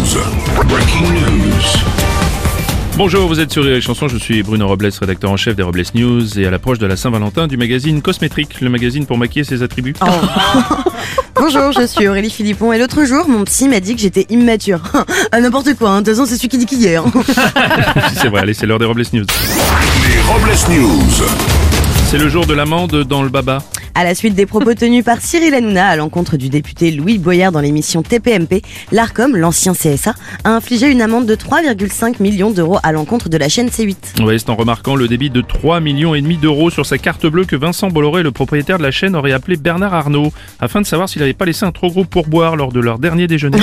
Breaking news. Bonjour, vous êtes sur Rire et Chanson, je suis Bruno Robles, rédacteur en chef des Robles News et à l'approche de la Saint-Valentin du magazine Cosmétrique, le magazine pour maquiller ses attributs. Bonjour, je suis Aurélie Philippon et l'autre jour, mon psy m'a dit que j'étais immature. Ah, n'importe quoi, de toute façon c'est celui qui dit qui est. C'est vrai, allez, c'est l'heure des Robles News. Les Robles News. C'est le jour de l'amende dans le baba. À la suite des propos tenus par Cyril Hanouna à l'encontre du député Louis Boyard dans l'émission TPMP, l'Arcom, l'ancien CSA, a infligé une amende de 3,5 millions d'euros à l'encontre de la chaîne C8. Oui, c'est en remarquant le débit de 3,5 millions d'euros sur sa carte bleue que Vincent Bolloré, le propriétaire de la chaîne, aurait appelé Bernard Arnault afin de savoir s'il n'avait pas laissé un trop gros pourboire lors de leur dernier déjeuner.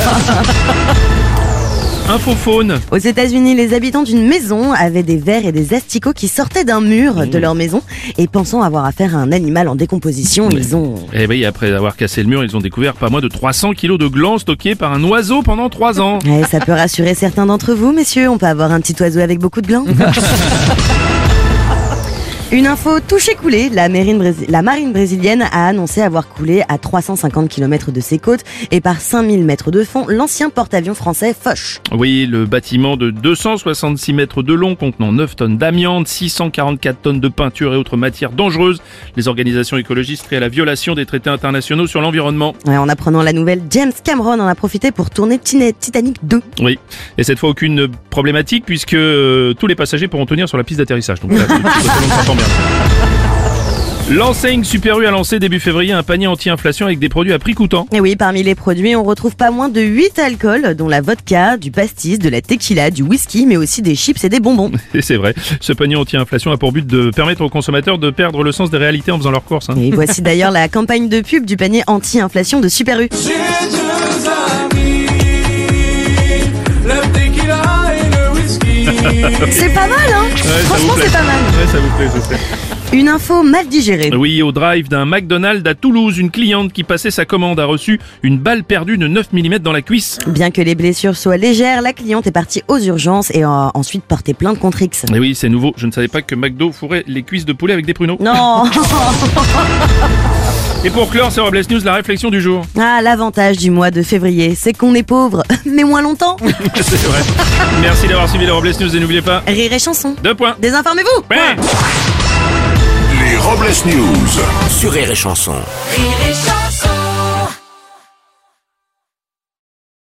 Infophone. Aux États-Unis, les habitants d'une maison avaient des vers et des asticots qui sortaient d'un mur de leur maison et pensant avoir affaire à un animal en décomposition, ils ont... Et oui, après avoir cassé le mur, ils ont découvert pas moins de 300 kilos de glands stockés par un oiseau pendant 3 ans. Ouais, ça peut rassurer certains d'entre vous, messieurs, on peut avoir un petit oiseau avec beaucoup de glands. Une info touchée coulée, la marine brésilienne a annoncé avoir coulé à 350 km de ses côtes et par 5000 mètres de fond l'ancien porte-avions français Foch. Oui, le bâtiment de 266 mètres de long contenant 9 tonnes d'amiante, 644 tonnes de peinture et autres matières dangereuses. Les organisations écologistes créent la violation des traités internationaux sur l'environnement. Ouais, en apprenant la nouvelle, James Cameron en a profité pour tourner Titanic 2. Oui, et cette fois aucune problématique puisque tous les passagers pourront tenir sur la piste d'atterrissage. Donc là, l'enseigne Super U a lancé début février un panier anti-inflation avec des produits à prix coûtant. Et oui, parmi les produits, on retrouve pas moins de 8 alcools, dont la vodka, du pastis, de la tequila, du whisky, mais aussi des chips et des bonbons. Et c'est vrai, ce panier anti-inflation a pour but de permettre aux consommateurs de perdre le sens des réalités en faisant leurs courses. Et voici d'ailleurs la campagne de pub du panier anti-inflation de Super U. J'ai 2 amis, le tequila et le whisky. C'est pas mal, hein? Ouais, Franchement, c'est pas mal. Ouais, ça vous plaît, je sais. Une info mal digérée. Oui, au drive d'un McDonald's à Toulouse, une cliente qui passait sa commande a reçu une balle perdue de 9 mm dans la cuisse. Bien que les blessures soient légères, la cliente est partie aux urgences et a ensuite porté plainte contre X. Et oui, c'est nouveau, je ne savais pas que McDo fourrait les cuisses de poulet avec des pruneaux. Non. Et pour clore, c'est Robles News, la réflexion du jour. Ah, l'avantage du mois de février, c'est qu'on est pauvre, mais moins longtemps. C'est vrai. Merci d'avoir suivi les Robles News et n'oubliez pas... Rire et chanson. 2 points. Désinformez-vous. Ouais. Les Robles News. Sur Rire et Chanson. Rire et chanson.